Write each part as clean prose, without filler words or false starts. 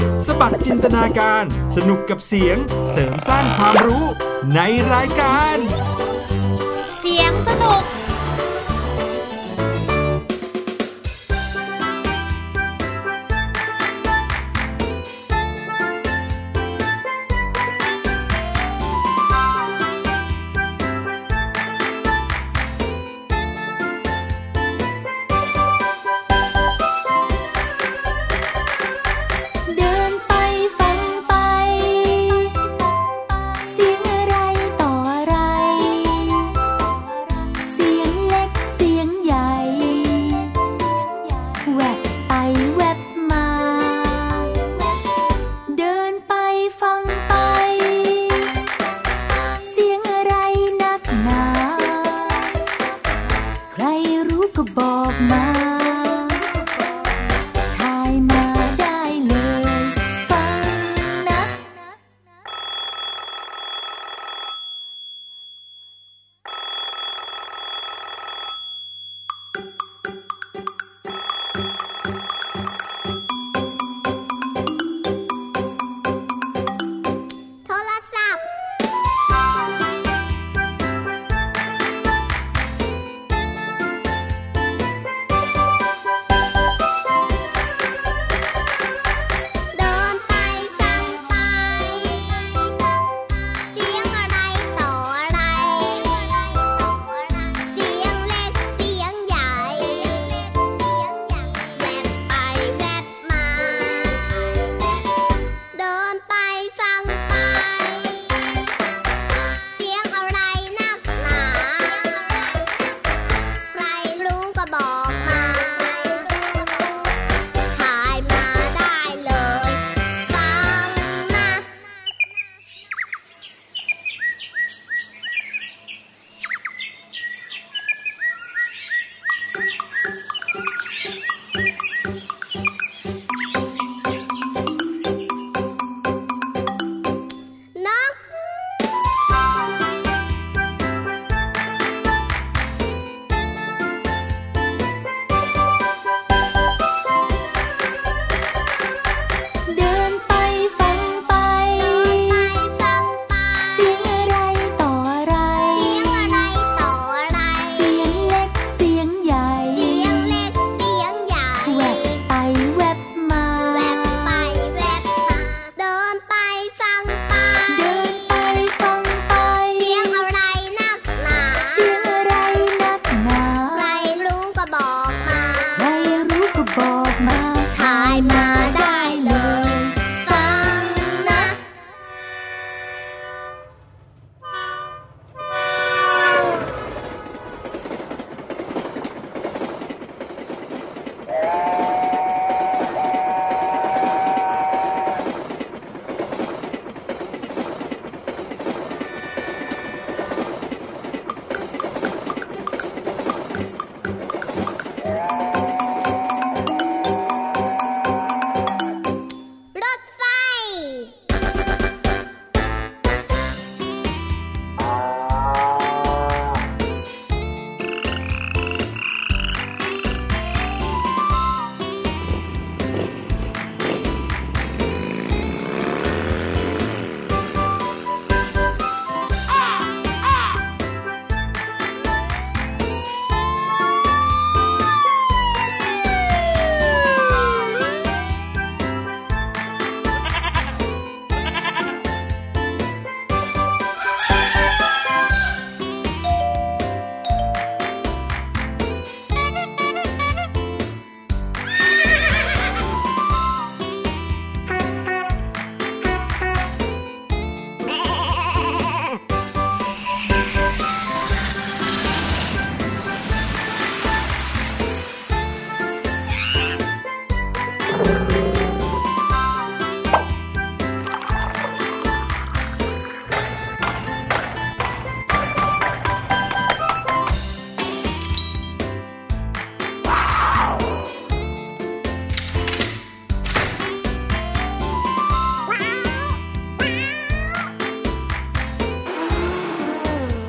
สบัดจินตนาการสนุกกับเสียงเสริมสร้างความรู้ในรายการเสียงสนุก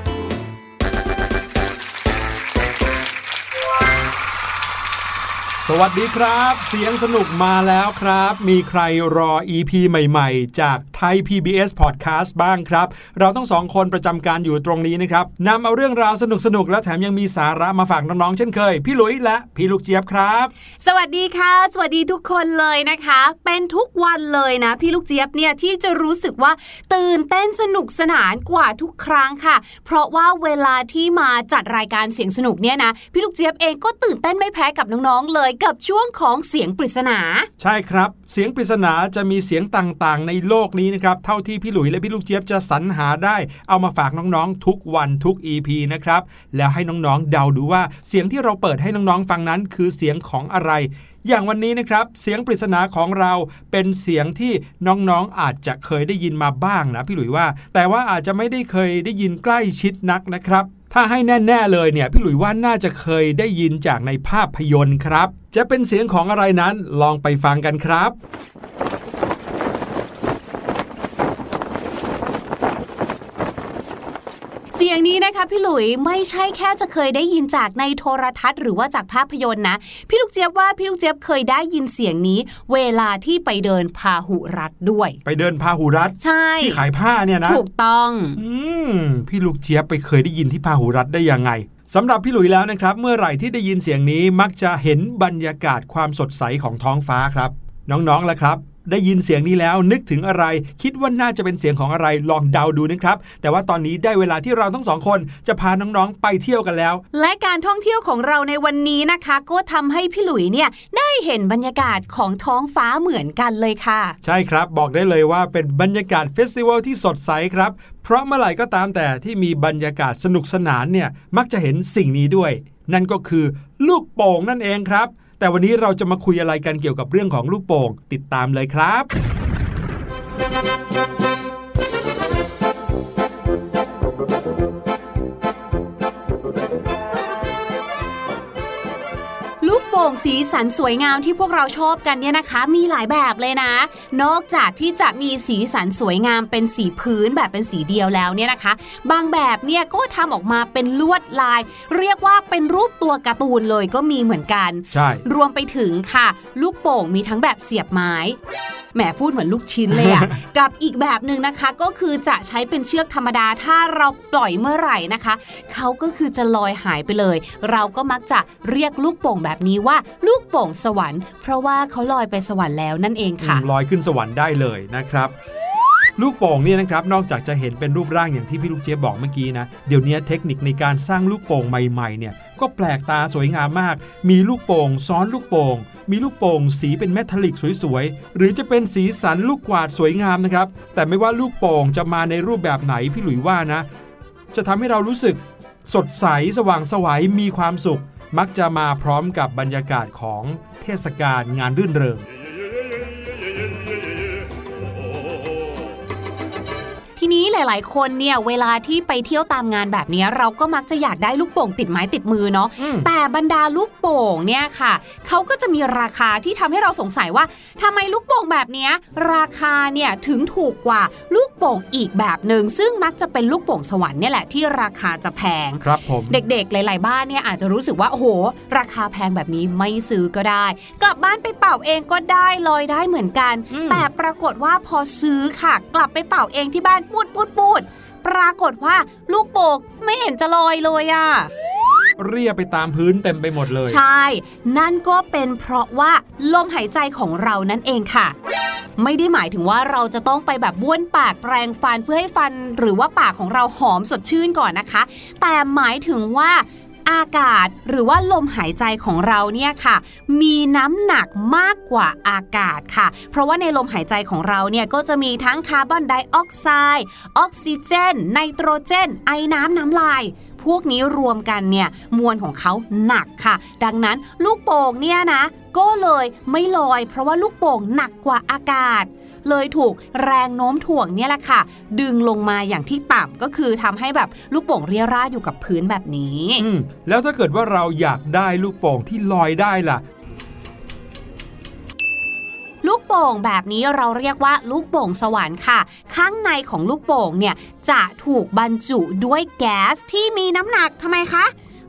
สวัสดีครับเสียงสนุกมาแล้วครับมีใครรอ EP ใหม่ๆจากไทย PBS Podcast บ้างครับเราทั้งสองคนประจำการอยู่ตรงนี้นะครับนำเอาเรื่องราวสนุกๆและแถมยังมีสาระมาฝากน้องๆเช่นเคยพี่หลุยและพี่ลูกเจี๊ยบครับสวัสดีค่ะสวัสดีทุกคนเลยนะคะเป็นทุกวันเลยนะพี่ลูกเจี๊ยบเนี่ยที่จะรู้สึกว่าตื่นเต้นสนุกสนานกว่าทุกครั้งค่ะเพราะว่าเวลาที่มาจัดรายการเสียงสนุกเนี่ยนะพี่ลูกเจี๊ยบเองก็ตื่นเต้นไม่แพ้กับน้องๆเลยกับช่วงของเสียงปริศนาใช่ครับเสียงปริศนาจะมีเสียงต่างๆในโลกนี้นะครับเท่าที่พี่หลุยและพี่ลูกเจี๊ยบจะสรรหาได้เอามาฝากน้องๆทุกวันทุก EP นะครับแล้วให้น้องๆเดาดูว่าเสียงที่เราเปิดให้น้องๆฟังนั้นคือเสียงของอะไรอย่างวันนี้นะครับเสียงปริศนาของเราเป็นเสียงที่น้องๆอาจจะเคยได้ยินมาบ้างนะพี่หลุยว่าแต่ว่าอาจจะไม่ได้เคยได้ยินใกล้ชิดนักนะครับถ้าให้แน่ๆเลยเนี่ยพี่หลุยว่าน่าจะเคยได้ยินจากในภาพยนตร์ครับจะเป็นเสียงของอะไรนั้นลองไปฟังกันครับเสียงนี้นะคะพี่หลุยไม่ใช่แค่จะเคยได้ยินจากในโทรทัศน์หรือว่าจากภาพยนตร์นะพี่ลูกเจี๊ยบว่าพี่ลูกเจี๊ยบเคยได้ยินเสียงนี้เวลาที่ไปเดินพาหุรัตน์ด้วยไปเดินพาหุรัตน์ใช่ที่ขายผ้าเนี่ยนะถูกต้องพี่ลูกเจี๊ยบไปเคยได้ยินที่พาหุรัตน์ได้ยังไงสำหรับพี่หลุยแล้วนะครับเมื่อไหร่ที่ได้ยินเสียงนี้มักจะเห็นบรรยากาศความสดใสของท้องฟ้าครับน้องๆล่ะครับได้ยินเสียงนี้แล้วนึกถึงอะไรคิดว่าน่าจะเป็นเสียงของอะไรลองเดาดูนะครับแต่ว่าตอนนี้ได้เวลาที่เราทั้งสองคนจะพาน้องๆไปเที่ยวกันแล้วและการท่องเที่ยวของเราในวันนี้นะคะก็ทำให้พี่หลุยเนี่ยได้เห็นบรรยากาศของท้องฟ้าเหมือนกันเลยค่ะใช่ครับบอกได้เลยว่าเป็นบรรยากาศเฟสติวัลที่สดใสครับเพราะเมื่อไหร่ก็ตามแต่ที่มีบรรยากาศสนุกสนานเนี่ยมักจะเห็นสิ่งนี้ด้วยนั่นก็คือลูกโป่งนั่นเองครับแต่วันนี้เราจะมาคุยอะไรกันเกี่ยวกับเรื่องของลูกโป่งติดตามเลยครับลูกโป่งสีสันสวยงามที่พวกเราชอบกันเนี่ยนะคะมีหลายแบบเลยนะนอกจากที่จะมีสีสันสวยงามเป็นสีพื้นแบบเป็นสีเดียวแล้วเนี่ยนะคะบางแบบเนี่ยก็ทำออกมาเป็นลวดลายเรียกว่าเป็นรูปตัวการ์ตูนเลยก็มีเหมือนกันใช่รวมไปถึงค่ะลูกโป่งมีทั้งแบบเสียบไม้แหมพูดเหมือนลูกชิ้นเลยอ่ะ กับอีกแบบนึงนะคะก็คือจะใช้เป็นเชือกธรรมดาถ้าเราปล่อยเมื่อไหร่นะคะเขาก็คือจะลอยหายไปเลยเราก็มักจะเรียกลูกโป่งแบบนี้ว่าลูกโป่งสวรรค์เพราะว่าเขาลอยไปสวรรค์แล้วนั่นเองค่ะลอยขึ้นสวรรค์ได้เลยนะครับลูกโป่งนี่นะครับนอกจากจะเห็นเป็นรูปร่างอย่างที่พี่ลูกเจี๊ยบบอกเมื่อกี้นะเดี๋ยวนี้เทคนิคในการสร้างลูกโป่งใหม่ๆเนี่ยก็แปลกตาสวยงามมากมีลูกโป่งซ้อนลูกโป่งมีลูกโป่งสีเป็นเมทัลลิกสวยๆหรือจะเป็นสีสันลูกกวาดสวยงามนะครับแต่ไม่ว่าลูกโป่งจะมาในรูปแบบไหนพี่หลุยว่านะจะทำให้เรารู้สึกสดใสสว่างไสวมีความสุขมักจะมาพร้อมกับบรรยากาศของเทศกาลงานรื่นเริงทีนี้หลายๆคนเนี่ยเวลาที่ไปเที่ยวตามงานแบบนี้เราก็มักจะอยากได้ลูกโป่งติดไม้ติดมือเนาะแต่บรรดาลูกโป่งเนี่ยค่ะเขาก็จะมีราคาที่ทำให้เราสงสัยว่าทำไมลูกโป่งแบบนี้ราคาเนี่ยถึงถูกกว่าลูกโป่งอีกแบบนึงซึ่งมักจะเป็นลูกโป่งสวรรค์เนี่ยแหละที่ราคาจะแพงครับผมเด็กๆหลายๆบ้านเนี่ยอาจจะรู้สึกว่าโอ้โหราคาแพงแบบนี้ไม่ซื้อก็ได้กลับบ้านไปเป่าเองก็ได้ลอยได้เหมือนกันแต่ปรากฏว่าพอซื้อค่ะกลับไปเป่าเองที่บ้านปูดปรากฏว่าลูกโป่งไม่เห็นจะลอยเลยอ่ะเรียบไปตามพื้นเต็มไปหมดเลยใช่นั่นก็เป็นเพราะว่าลมหายใจของเรานั่นเองค่ะไม่ได้หมายถึงว่าเราจะต้องไปแบบบ้วนปากแปรงฟันเพื่อให้ฟันหรือว่าปากของเราหอมสดชื่นก่อนนะคะแต่หมายถึงว่าอากาศหรือว่าลมหายใจของเราเนี่ยค่ะมีน้ำหนักมากกว่าอากาศค่ะเพราะว่าในลมหายใจของเราเนี่ยก็จะมีทั้งคาร์บอนไดออกไซด์ออกซิเจนไนโตรเจนไอน้ำลายพวกนี้รวมกันเนี่ยมวลของเขาหนักค่ะดังนั้นลูกโป่งเนี่ยนะก็เลยไม่ลอยเพราะว่าลูกโป่งหนักกว่าอากาศเลยถูกแรงโน้มถ่วงเนี่ยแหละค่ะดึงลงมาอย่างที่ต่ำก็คือทำให้แบบลูกโป่งเรี่ยราดอยู่กับพื้นแบบนี้แล้วถ้าเกิดว่าเราอยากได้ลูกโป่งที่ลอยได้ล่ะลูกโป่งแบบนี้เราเรียกว่าลูกโป่งสวรรค์ค่ะข้างในของลูกโป่งเนี่ยจะถูกบรรจุด้วยแก๊สที่มีน้ำหนักทำไมคะ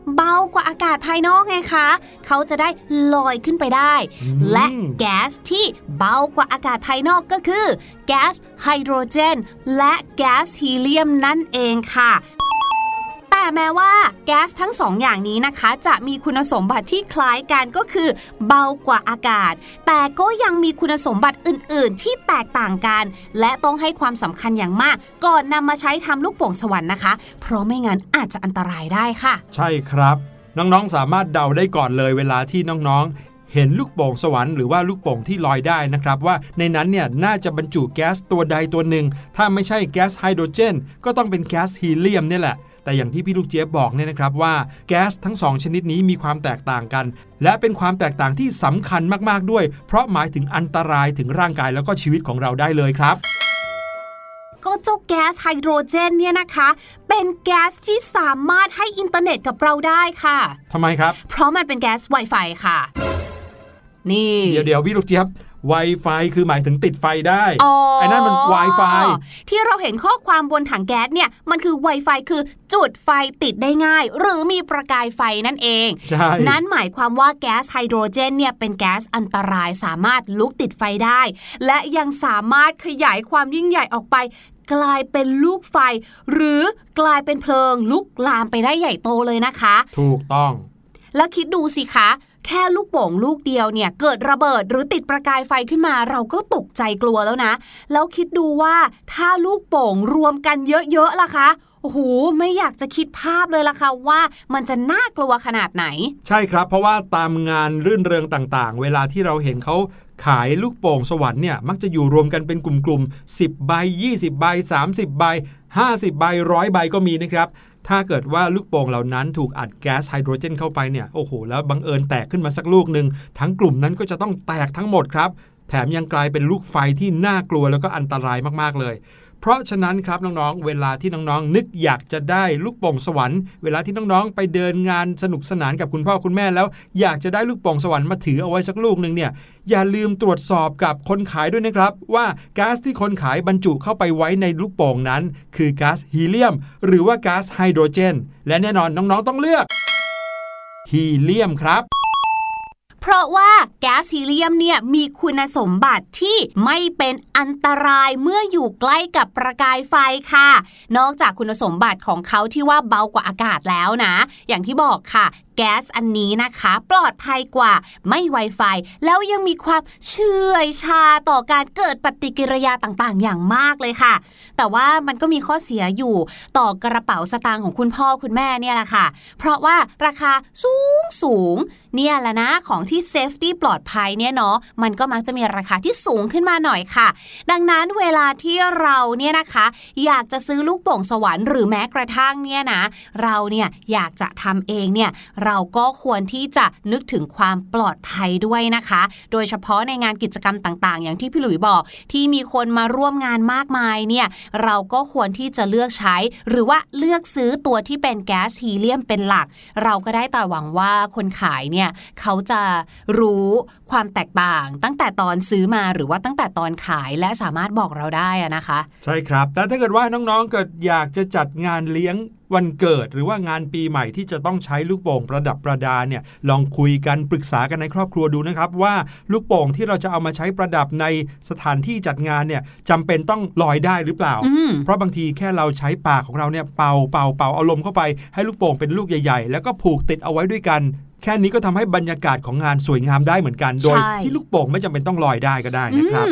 เบากว่าอากาศภายนอกไงคะเขาจะได้ลอยขึ้นไปได้และแก๊สที่เบากว่าอากาศภายนอกก็คือแก๊สไฮโดรเจนและแก๊สฮีเลียมนั่นเองค่ะแต่แม้ว่าแก๊สทั้งสองอย่างนี้นะคะจะมีคุณสมบัติที่คล้ายกันก็คือเบากว่าอากาศแต่ก็ยังมีคุณสมบัติอื่นๆที่แตกต่างกันและต้องให้ความสำคัญอย่างมากก่อนนำมาใช้ทำลูกโป่งสวรรค์นะคะเพราะไม่งั้นอาจจะอันตรายได้ค่ะใช่ครับน้องๆสามารถเดาได้ก่อนเลยเวลาที่น้องๆเห็นลูกโป่งสวรรค์หรือว่าลูกโป่งที่ลอยได้นะครับว่าในนั้นเนี่ยน่าจะบรรจุแก๊สตัวใดตัวหนึ่งถ้าไม่ใช่แก๊สไฮโดรเจนก็ต้องเป็นแก๊สฮีเลียมนี่แหละแต่อย่างที่พี่ลูกเจี๊ยบบอกเนี่ยนะครับว่าแก๊สทั้ง2ชนิดนี้มีความแตกต่างกันและเป็นความแตกต่างที่สำคัญมากๆด้วยเพราะหมายถึงอันตรายถึงร่างกายแล้วก็ชีวิตของเราได้เลยครับก็เจ้าแก๊สไฮโดรเจนเนี่ยนะคะเป็นแก๊สที่สามารถให้อินเทอร์เน็ตกับเราได้ค่ะทำไมครับเพราะมันเป็นแก๊ส Wi-Fi ค่ะนี่เดี๋ยวพี่ลูกเจี๊ยบWi-Fi คือหมายถึงติดไฟได้ไอ้นั่นมัน Wi-Fi ที่เราเห็นข้อความบนถังแก๊สเนี่ยมันคือ Wi-Fi คือจุดไฟติดได้ง่ายหรือมีประกายไฟนั่นเองใช่นั่นหมายความว่าแก๊สไฮโดรเจนเนี่ยเป็นแก๊สอันตรายสามารถลุกติดไฟได้และยังสามารถขยายความยิ่งใหญ่ออกไปกลายเป็นลูกไฟหรือกลายเป็นเพลิงลุกลามไปได้ใหญ่โตเลยนะคะถูกต้องแล้วคิดดูสิคะแค่ลูกโป่งลูกเดียวเนี่ยเกิดระเบิดหรือติดประกายไฟขึ้นมาเราก็ตกใจกลัวแล้วนะแล้วคิดดูว่าถ้าลูกโป่งรวมกันเยอะๆล่ะคะโอ้โหไม่อยากจะคิดภาพเลยล่ะค่ะว่ามันจะน่ากลัวขนาดไหนใช่ครับเพราะว่าตามงานรื่นเริงต่างๆเวลาที่เราเห็นเขาขายลูกโป่งสวรรค์เนี่ยมักจะอยู่รวมกันเป็นกลุ่มๆ10ใบ20ใบ30ใบ50ใบ100ใบก็มีนะครับถ้าเกิดว่าลูกโป่งเหล่านั้นถูกอัดแก๊สไฮโดรเจนเข้าไปเนี่ยโอ้โหแล้วบังเอิญแตกขึ้นมาสักลูกนึงทั้งกลุ่มนั้นก็จะต้องแตกทั้งหมดครับแถมยังกลายเป็นลูกไฟที่น่ากลัวแล้วก็อันตรายมากๆเลยเพราะฉะนั้นครับน้องๆเวลาที่น้องๆนึกอยากจะได้ลูกโป่งสวรรค์เวลาที่น้องๆไปเดินงานสนุกสนานกับคุณพ่อคุณแม่แล้วอยากจะได้ลูกโป่งสวรรค์มาถือเอาไว้สักลูกนึงเนี่ยอย่าลืมตรวจสอบกับคนขายด้วยนะครับว่าก๊าซที่คนขายบรรจุเข้าไปไว้ในลูกโป่งนั้นคือก๊าซฮีเลียมหรือว่าก๊าซไฮโดรเจนและแน่นอนน้องๆต้องเลือกฮีเลียมครับเพราะว่าแก๊สฮีเลียมเนี่ยมีคุณสมบัติที่ไม่เป็นอันตรายเมื่ออยู่ใกล้กับประกายไฟค่ะนอกจากคุณสมบัติของเขาที่ว่าเบากว่าอากาศแล้วนะอย่างที่บอกค่ะแก๊สอันนี้นะคะปลอดภัยกว่าไม่ไวไฟแล้วยังมีความเฉื่อยชาต่อการเกิดปฏิกิริยาต่างๆอย่างมากเลยค่ะแต่ว่ามันก็มีข้อเสียอยู่ต่อกระเป๋าสตางค์ของคุณพ่อคุณแม่เนี่ยแหละค่ะเพราะว่าราคาสูงเนี่ยแหละนะของที่เซฟตี้ปลอดภัยเนี่ยเนาะมันก็มักจะมีราคาที่สูงขึ้นมาหน่อยค่ะดังนั้นเวลาที่เราเนี่ยนะคะอยากจะซื้อลูกโป่งสวรรค์หรือแม้กระทั่งเนี่ยนะเราเนี่ยอยากจะทำเองเนี่ยเราก็ควรที่จะนึกถึงความปลอดภัยด้วยนะคะโดยเฉพาะในงานกิจกรรมต่างๆอย่างที่พี่หลุยบอกที่มีคนมาร่วมงานมากมายเนี่ยเราก็ควรที่จะเลือกใช้หรือว่าเลือกซื้อตัวที่เป็นแก๊สฮีเลียมเป็นหลักเราก็ได้แต่หวังว่าคนขายเนี่ยเขาจะรู้ความแตกต่างตั้งแต่ตอนซื้อมาหรือว่าตั้งแต่ตอนขายและสามารถบอกเราได้นะคะใช่ครับแต่ถ้าเกิดว่าน้องๆเกิดอยากจะจัดงานเลี้ยงวันเกิดหรือว่างานปีใหม่ที่จะต้องใช้ลูกโป่งประดับประดาเนี่ยลองคุยกันปรึกษากันในครอบครัวดูนะครับว่าลูกโป่งที่เราจะเอามาใช้ประดับในสถานที่จัดงานเนี่ยจำเป็นต้องลอยได้หรือเปล่าเพราะบางทีแค่เราใช้ปากของเราเนี่ยเป่าเอาลมเข้าไปให้ลูกโป่งเป็นลูกใหญ่ๆแล้วก็ผูกติดเอาไว้ด้วยกันแค่นี้ก็ทำให้บรรยากาศของงานสวยงามได้เหมือนกันโดยที่ลูกโป่งไม่จำเป็นต้องลอยได้ก็ได้นะครับ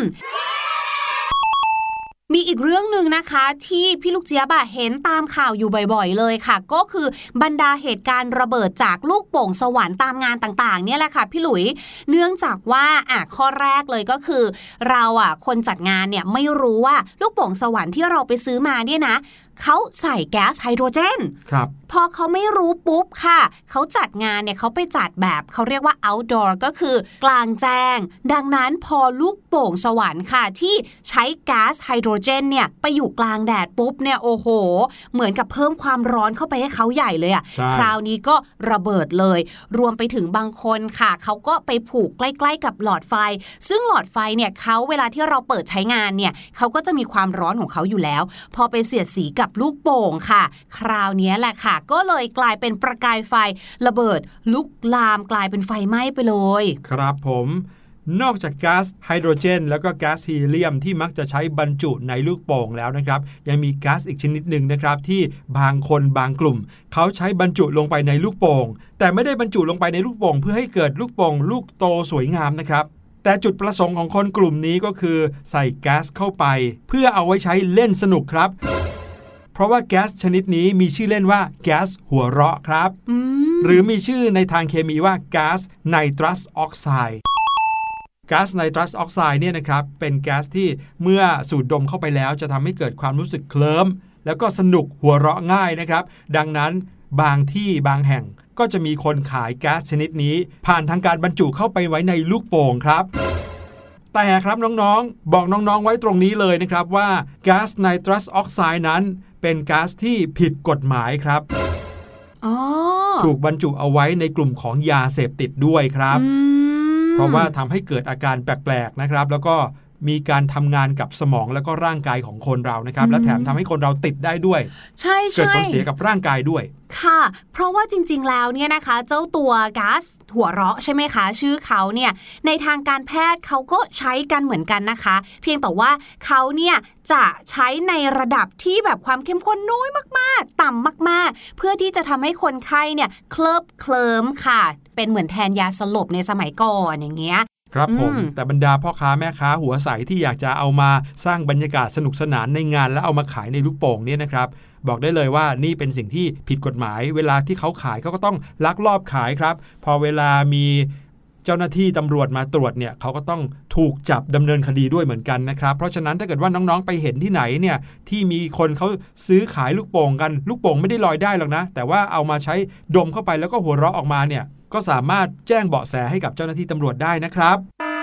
มีอีกเรื่องนึงนะคะที่พี่ลูกเจี๊ยบเห็นตามข่าวอยู่บ่อยๆเลยค่ะก็คือบรรดาเหตุการณ์ระเบิดจากลูกโป่งสวรรค์ตามงานต่างๆเนี่ยแหละค่ะพี่หลุยเนื่องจากว่าข้อแรกเลยก็คือเราคนจัดงานเนี่ยไม่รู้ว่าลูกโป่งสวรรค์ที่เราไปซื้อมาเนี่ยนะเขาใส่แก๊สไฮโดรเจนครับพอเขาไม่รู้ปุ๊บค่ะเขาจัดงานเนี่ยเขาไปจัดแบบเขาเรียกว่า outdoor ก็คือกลางแจ้งดังนั้นพอลูกโป่งสวรรค์ค่ะที่ใช้แก๊สไฮโดรเจนเนี่ยไปอยู่กลางแดดปุ๊บเนี่ยโอ้โหเหมือนกับเพิ่มความร้อนเข้าไปให้เขาใหญ่เลยอะคราวนี้ก็ระเบิดเลยรวมไปถึงบางคนค่ะเขาก็ไปผูกใกล้ๆกับหลอดไฟซึ่งหลอดไฟเนี่ยเขาเวลาที่เราเปิดใช้งานเนี่ยเขาก็จะมีความร้อนของเขาอยู่แล้วพอไปเสียดสีกับลูกโป่งค่ะคราวนี้แหละค่ะก็เลยกลายเป็นประกายไฟระเบิดลุกลามกลายเป็นไฟไหม้ไปเลยครับผมนอกจากก๊าซไฮโดรเจนแล้วก็ก๊าซฮีเลียมที่มักจะใช้บรรจุในลูกโป่งแล้วนะครับยังมีก๊าซอีกชนิดหนึ่งนะครับที่บางคนบางกลุ่มเขาใช้บรรจุลงไปในลูกโป่งแต่ไม่ได้บรรจุลงไปในลูกโป่งเพื่อให้เกิดลูกโป่งลูกโตสวยงามนะครับแต่จุดประสงค์ของคนกลุ่มนี้ก็คือใส่แก๊สเข้าไปเพื่อเอาไว้ใช้เล่นสนุกครับเพราะว่าแก๊สชนิดนี้มีชื่อเล่นว่าแก๊สหัวเราะครับหรือมีชื่อในทางเคมีว่าก๊าซไนตรัสออกไซด์ก๊าซไนตรัสออกไซด์เนี่ยนะครับเป็นแก๊สที่เมื่อสูดดมเข้าไปแล้วจะทำให้เกิดความรู้สึกเคลิ้มแล้วก็สนุกหัวเราะง่ายนะครับดังนั้นบางที่บางแห่งก็จะมีคนขายแก๊สชนิดนี้ผ่านทางการบรรจุเข้าไปไว้ในลูกโป่งครับแต่ครับน้องๆบอกน้องๆไว้ตรงนี้เลยนะครับว่าก๊าซไนตรัสออกไซด์นั้นเป็นก๊าซที่ผิดกฎหมายครับถูกบรรจุเอาไว้ในกลุ่มของยาเสพติดด้วยครับเพราะว่าทำให้เกิดอาการแปลกๆนะครับแล้วก็มีการทำงานกับสมองแล้วก็ร่างกายของคนเรานะครับและแถมทำให้คนเราติดได้ด้วยใช่เกิดผลเสียกับร่างกายด้วยค่ะเพราะว่าจริงๆแล้วเนี่ยนะคะเจ้าตัวก๊าซหัวเราะใช่ไหมคะชื่อเขาเนี่ยในทางการแพทย์เขาก็ใช้กันเหมือนกันนะคะเพียงแต่ว่าเขาเนี่ยจะใช้ในระดับที่แบบความเข้มข้นน้อยมากๆต่ำมากๆเพื่อที่จะทำให้คนไข้เนี่ยเคลิ้มค่ะเป็นเหมือนแทนยาสลบในสมัยก่อนอย่างเงี้ยครับผมแต่บรรดาพ่อค้าแม่ค้าหัวใสที่อยากจะเอามาสร้างบรรยากาศสนุกสนานในงานแล้วเอามาขายในลูกโป่งเนี่ยนะครับบอกได้เลยว่านี่เป็นสิ่งที่ผิดกฎหมายเวลาที่เขาขายเขาก็ต้องลักลอบขายครับพอเวลามีเจ้าหน้าที่ตำรวจมาตรวจเนี่ยเขาก็ต้องถูกจับดำเนินคดีด้วยเหมือนกันนะครับเพราะฉะนั้นถ้าเกิดว่าน้องๆไปเห็นที่ไหนเนี่ยที่มีคนเขาซื้อขายลูกโป่งกันลูกโป่งไม่ได้ลอยได้หรอกนะแต่ว่าเอามาใช้ดมเข้าไปแล้วก็หัวเราะออกมาเนี่ยก็สามารถแจ้งเบาะแสให้กับเจ้าหน้าที่ตำรวจได้นะครับ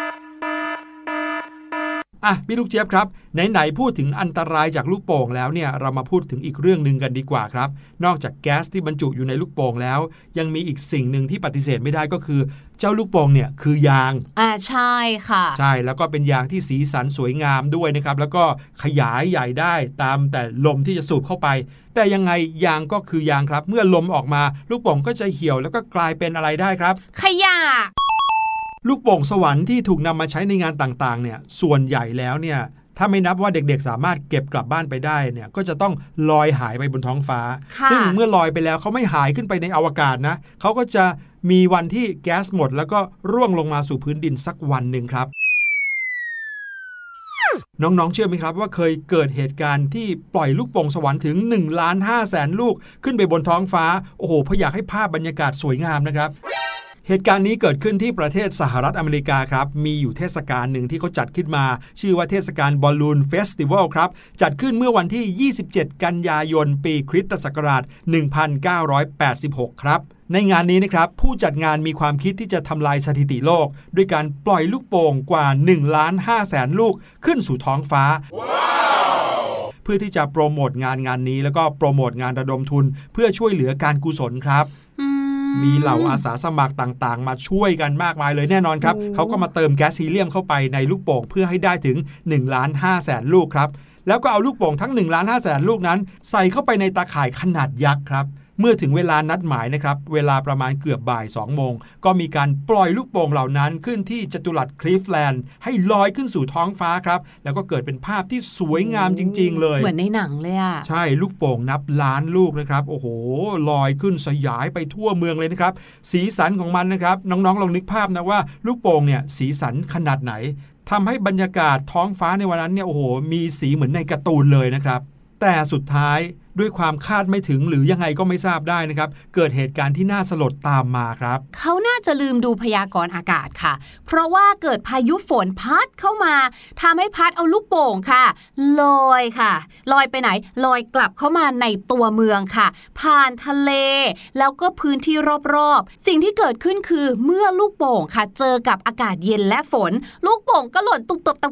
พี่ลูกเจี๊ยบครับไหนๆพูดถึงอันตรายจากลูกโป่งแล้วเนี่ยเรามาพูดถึงอีกเรื่องนึงกันดีกว่าครับนอกจากแก๊สที่บรรจุอยู่ในลูกโป่งแล้วยังมีอีกสิ่งหนึ่งที่ปฏิเสธไม่ได้ก็คือเจ้าลูกโป่งเนี่ยคือยางใช่ค่ะใช่แล้วก็เป็นยางที่สีสันสวยงามด้วยนะครับแล้วก็ขยายใหญ่ได้ตามแต่ลมที่จะสูบเข้าไปแต่ยังไงยางก็คือยางครับเมื่อลมออกมาลูกโป่งก็จะเหี่ยวแล้วก็กลายเป็นอะไรได้ครับขยะลูกโป่งสวรรค์ที่ถูกนำมาใช้ในงานต่างๆเนี่ยส่วนใหญ่แล้วเนี่ยถ้าไม่นับว่าเด็กๆสามารถเก็บกลับบ้านไปได้เนี่ยก็จะต้องลอยหายไปบนท้องฟ้าซึ่งเมื่อลอยไปแล้วเขาไม่หายขึ้นไปในอวกาศนะเขาก็จะมีวันที่แก๊สหมดแล้วก็ร่วงลงมาสู่พื้นดินสักวันหนึ่งครับน้องๆเชื่อไหมครับว่าเคยเกิดเหตุการณ์ที่ปล่อยลูกโป่งสวรรค์ถึง 1,500,000 ลูกขึ้นไปบนท้องฟ้าโอ้โหเพราะอยากให้ภาพบรรยากาศสวยงามนะครับเหตุการณ์นี้เกิดขึ้นที่ประเทศสหรัฐอเมริกาครับมีอยู่เทศกาลหนึ่งที่เขาจัดขึ้นมาชื่อว่าเทศกาลบอลลูนเฟสติวัลครับจัดขึ้นเมื่อวันที่27กันยายนปีคริสตศักราช1986ครับในงานนี้นะครับผู้จัดงานมีความคิดที่จะทำลายสถิติโลกด้วยการปล่อยลูกโป่งกว่า 1,500,000 ลูกขึ้นสู่ท้องฟ้า เพื่อที่จะโปรโมทงานนี้แล้วก็โปรโมทงานระดมทุนเพื่อช่วยเหลือการกุศลครับมีเหล่าอาสาสมัครต่างๆมาช่วยกันมากมายเลยแน่นอนครับเขาก็มาเติมแก๊สฮีเลียมเข้าไปในลูกโป่งเพื่อให้ได้ถึง 1,500,000 ลูกครับแล้วก็เอาลูกโป่งทั้ง 1,500,000 ลูกนั้นใส่เข้าไปในตาข่ายขนาดยักษ์ครับเมื่อถึงเวลานัดหมายนะครับเวลาประมาณเกือบบ่าย 2 โมงก็มีการปล่อยลูกโป่งเหล่านั้นขึ้นที่จัตุรัสคลีฟแลนด์ให้ลอยขึ้นสู่ท้องฟ้าครับแล้วก็เกิดเป็นภาพที่สวยงามจริงๆเลยเหมือนในหนังเลยอ่ะใช่ลูกโป่งนับล้านลูกนะครับโอ้โหลอยขึ้นสยายไปทั่วเมืองเลยนะครับสีสันของมันนะครับน้องๆลองนึกภาพนะว่าลูกโป่งเนี่ยสีสันขนาดไหนทำให้บรรยากาศท้องฟ้าในวันนั้นเนี่ยโอ้โหมีสีเหมือนในการ์ตูนเลยนะครับแต่สุดท้ายด้วยความคาดไม่ถึงหรือยังไงก็ไม่ทราบได้นะครับเกิดเหตุการณ์ที่น่าสลดตามมาครับเขาน่าจะลืมดูพยากรณ์อากาศค่ะเพราะว่าเกิดพายุฝนพัดเข้ามาทำให้พัดเอาลูกโป่งค่ะลอยค่ะลอยไปไหนลอยกลับเข้ามาในตัวเมืองค่ะผ่านทะเลแล้วก็พื้นที่รอบๆสิ่งที่เกิดขึ้นคือเมื่อลูกโป่งค่ะเจอกับอากาศเย็นและฝนลูกโป่งก็หล่นตุบๆตับ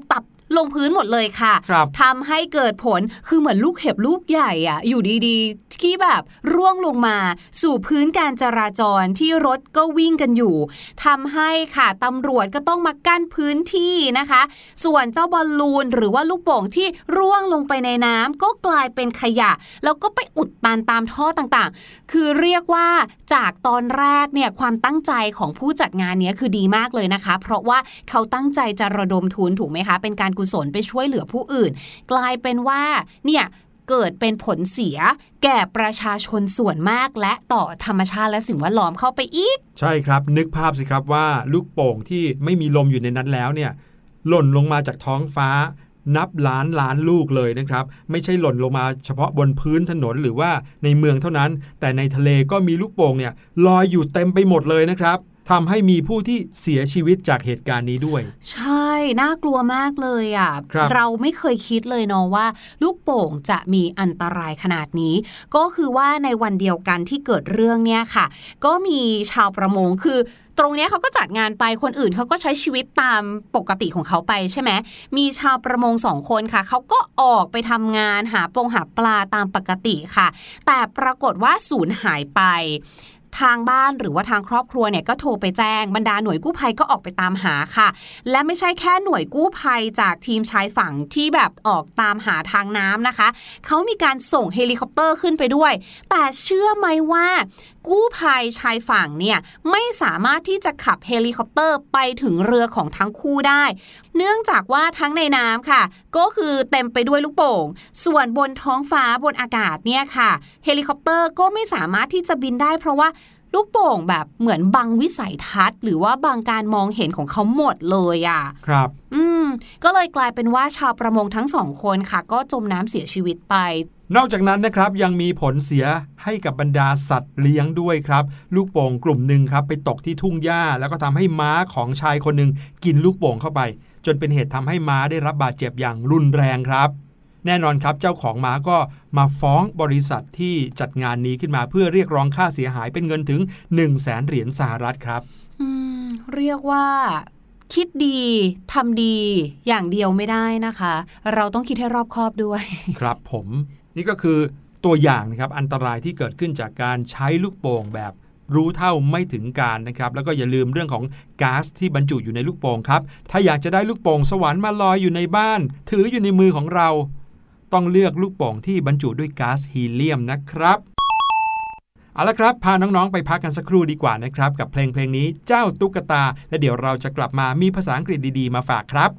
ลงพื้นหมดเลยค่ะทำให้เกิดผลคือเหมือนลูกเห็บลูกใหญ่อ่ะอยู่ดีๆที่แบบร่วงลงมาสู่พื้นการจราจรที่รถก็วิ่งกันอยู่ทำให้ค่ะตำรวจก็ต้องมากั้นพื้นที่นะคะส่วนเจ้าบอลลูนหรือว่าลูกโป่งที่ร่วงลงไปในน้ำก็กลายเป็นขยะแล้วก็ไปอุดตันตามท่อต่างๆคือเรียกว่าจากตอนแรกเนี่ยความตั้งใจของผู้จัดงานนี้คือดีมากเลยนะคะเพราะว่าเขาตั้งใจจะระดมทุนถูกไหมคะเป็นการกุศลไปช่วยเหลือผู้อื่นกลายเป็นว่าเนี่ยเกิดเป็นผลเสียแก่ประชาชนส่วนมากและต่อธรรมชาติและสิ่งแวดล้อมเข้าไปอีกใช่ครับนึกภาพสิครับว่าลูกโป่งที่ไม่มีลมอยู่ในนั้นแล้วเนี่ยหล่นลงมาจากท้องฟ้านับล้านลูกเลยนะครับไม่ใช่หล่นลงมาเฉพาะบนพื้นถนนหรือว่าในเมืองเท่านั้นแต่ในทะเลก็มีลูกโป่งเนี่ยลอยอยู่เต็มไปหมดเลยนะครับทำให้มีผู้ที่เสียชีวิตจากเหตุการณ์นี้ด้วยใช่น่ากลัวมากเลยอ่ะเราไม่เคยคิดเลยเนาะว่าลูกโป่งจะมีอันตรายขนาดนี้ก็คือว่าในวันเดียวกันที่เกิดเรื่องเนี่ยค่ะก็มีชาวประมงคือตรงนี้เขาก็จัดงานไปคนอื่นเขาก็ใช้ชีวิตตามปกติของเขาไปใช่ไหมมีชาวประมง2 คนค่ะเขาก็ออกไปทำงานหาปลาตามปกติค่ะแต่ปรากฏว่าสูญหายไปทางบ้านหรือว่าทางครอบครัวเนี่ยก็โทรไปแจ้งบรรดาหน่วยกู้ภัยก็ออกไปตามหาค่ะและไม่ใช่แค่หน่วยกู้ภัยจากทีมชายฝั่งที่แบบออกตามหาทางน้ำนะคะเขามีการส่งเฮลิคอปเตอร์ขึ้นไปด้วยแต่เชื่อไหมว่ากู้ภัยชายฝั่งเนี่ยไม่สามารถที่จะขับเฮลิคอปเตอร์ไปถึงเรือของทั้งคู่ได้เนื่องจากว่าทั้งในน้ำค่ะก็คือเต็มไปด้วยลูกโป่งส่วนบนท้องฟ้าบนอากาศเนี่ยค่ะเฮลิคอปเตอร์ก็ไม่สามารถที่จะบินได้เพราะว่าลูกโป่งแบบเหมือนบังวิสัยทัศน์หรือว่าบังการมองเห็นของเขาหมดเลยอ่ะครับก็เลยกลายเป็นว่าชาวประมงทั้ง2 คนค่ะก็จมน้ำเสียชีวิตไปนอกจากนั้นนะครับยังมีผลเสียให้กับบรรดาสัตว์เลี้ยงด้วยครับลูกโป่งกลุ่มหนึ่งครับไปตกที่ทุ่งหญ้าแล้วก็ทำให้ม้าของชายคนหนึ่งกินลูกโป่งเข้าไปจนเป็นเหตุทำให้ม้าได้รับบาดเจ็บอย่างรุนแรงครับแน่นอนครับเจ้าของม้าก็มาฟ้องบริษัทที่จัดงานนี้ขึ้นมาเพื่อเรียกร้องค่าเสียหายเป็นเงินถึง 100,000 เหรียญสหรัฐครับเรียกว่าคิดดีทำดีอย่างเดียวไม่ได้นะคะเราต้องคิดให้รอบคอบด้วยครับผมนี่ก็คือตัวอย่างนะครับอันตรายที่เกิดขึ้นจากการใช้ลูกโป่งแบบรู้เท่าไม่ถึงการนะครับแล้วก็อย่าลืมเรื่องของก๊าซที่บรรจุอยู่ในลูกโป่งครับถ้าอยากจะได้ลูกโป่งสวรรค์มาลอยอยู่ในบ้านถืออยู่ในมือของเราต้องเลือกลูกโป่งที่บรรจุด้วยก๊าซฮีเลียมนะครับเอาละครับพาน้องๆไปพักกันสักครู่ดีกว่านะครับกับเพลงนี้เจ้าตุ๊กตาและเดี๋ยวเราจะกลับมามีภาษาอังกฤษดีๆมาฝากครับ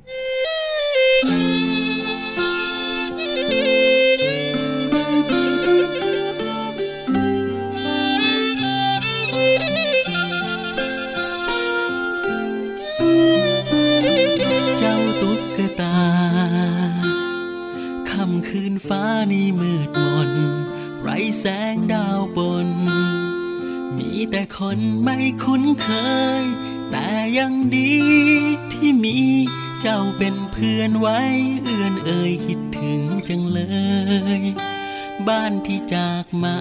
คืนฟ้านี้มืดมนไร้แสงดาวบนมีแต่คนไม่คุ้นเคยแต่ยังดีที่มีเจ้าเป็นเพื่อนไว้เอื้อนเอ่ยคิดถึงจังเลยบ้านที่จากมา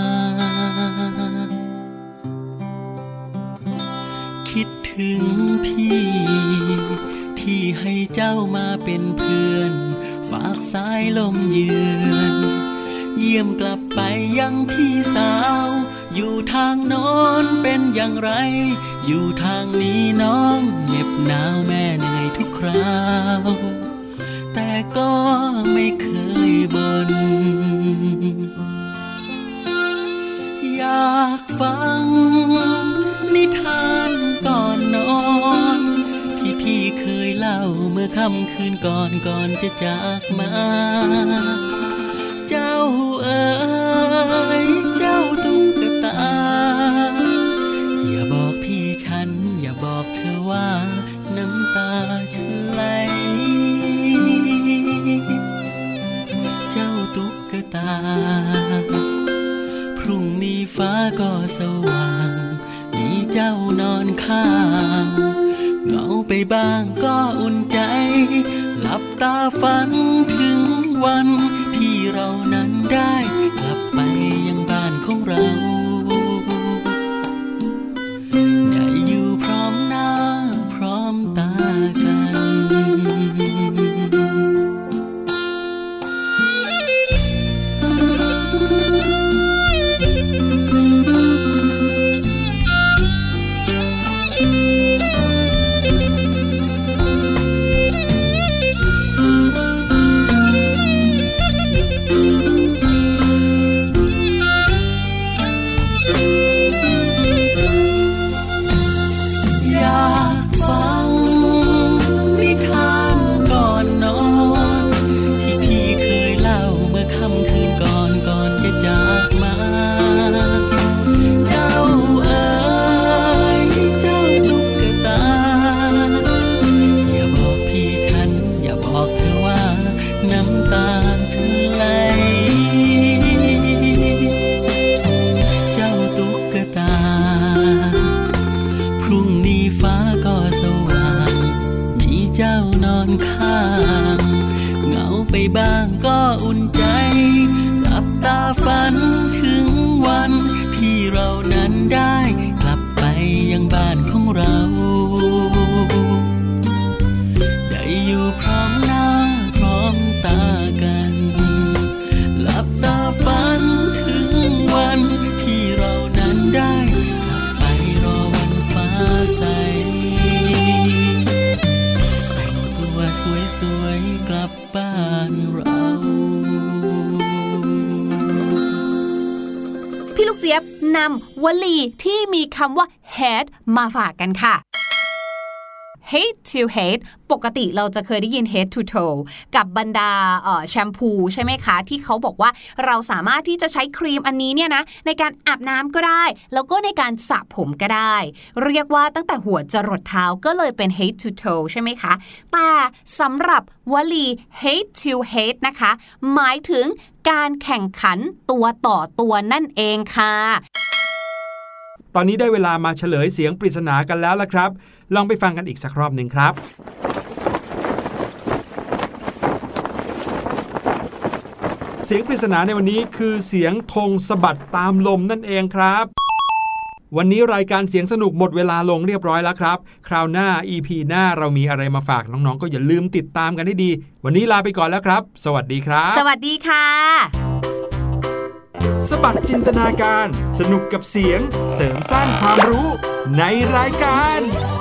คิดถึงพี่ที่ให้เจ้ามาเป็นเพื่อนฝากสายลมเยือนเยี่ยมกลับไปยังพี่สาวอยู่ทางโน้นเป็นอย่างไรอยู่ทางนี้น้องเหน็บหนาวแม่เหนื่อยทุกคราวแต่ก็ไม่เคยบ่นอยากฟังนิทานก่อนนอนที่พี่เคยเล่าเมื่อค่ำคืนก่อนจะจากมาเจ้าเอ๋ยเจ้าตุ๊กตาอย่าบอกพี่ฉันอย่าบอกเธอว่าน้ำตาฉันไหลเจ้าตุ๊กตาพรุ่งนี้ฟ้าก็สว่างมีเจ้านอนข้างเหงาไปบ้างก็อุ่นใจหลับตาฝันถึงวันที่เรานั้นได้กลับไปยังบ้านของเราได้อยู่พร้อมหน้าพร้อมตากันข้างเหงาไปบ้างก็อุ่นใจหลับตาฝันถึงวันที่เรานั้นได้กลับไปยังบ้านของเราได้อยู่พร้อมหน้าพร้อมตากันหลับตาฝันถึงวันที่เรานั้นได้กลับไปรอวันฟ้าใสแต่งตัวสวยๆกลับบ้านเราพี่ลูกเจี๊ยบนำวลีที่มีคำว่า hate มาฝากกันค่ะ hate to hate ปกติเราจะเคยได้ยิน head to toe กับบรรดาแชมพูใช่ไหมคะที่เขาบอกว่าเราสามารถที่จะใช้ครีมอันนี้เนี่ยนะในการอาบน้ำก็ได้แล้วก็ในการสระผมก็ได้เรียกว่าตั้งแต่หัวจรดเท้าก็เลยเป็น head to toe ใช่ไหมคะแต่สำหรับวลี hate to hate นะคะหมายถึงการแข่งขันตัวต่อตัวนั่นเองค่ะตอนนี้ได้เวลามาเฉลยเสียงปริศนากันแล้วล่ะครับลองไปฟังกันอีกสักรอบหนึ่งครับเสียงปริศนาในวันนี้คือเสียงธงสะบัดตามลมนั่นเองครับวันนี้รายการเสียงสนุกหมดเวลาลงเรียบร้อยแล้วครับคราวหน้า EP หน้าเรามีอะไรมาฝากน้องๆก็อย่าลืมติดตามกันให้ดีวันนี้ลาไปก่อนแล้วครับสวัสดีครับสวัสดีค่ะสบัดจินตนาการสนุกกับเสียงเสริมสร้างความรู้ในรายการ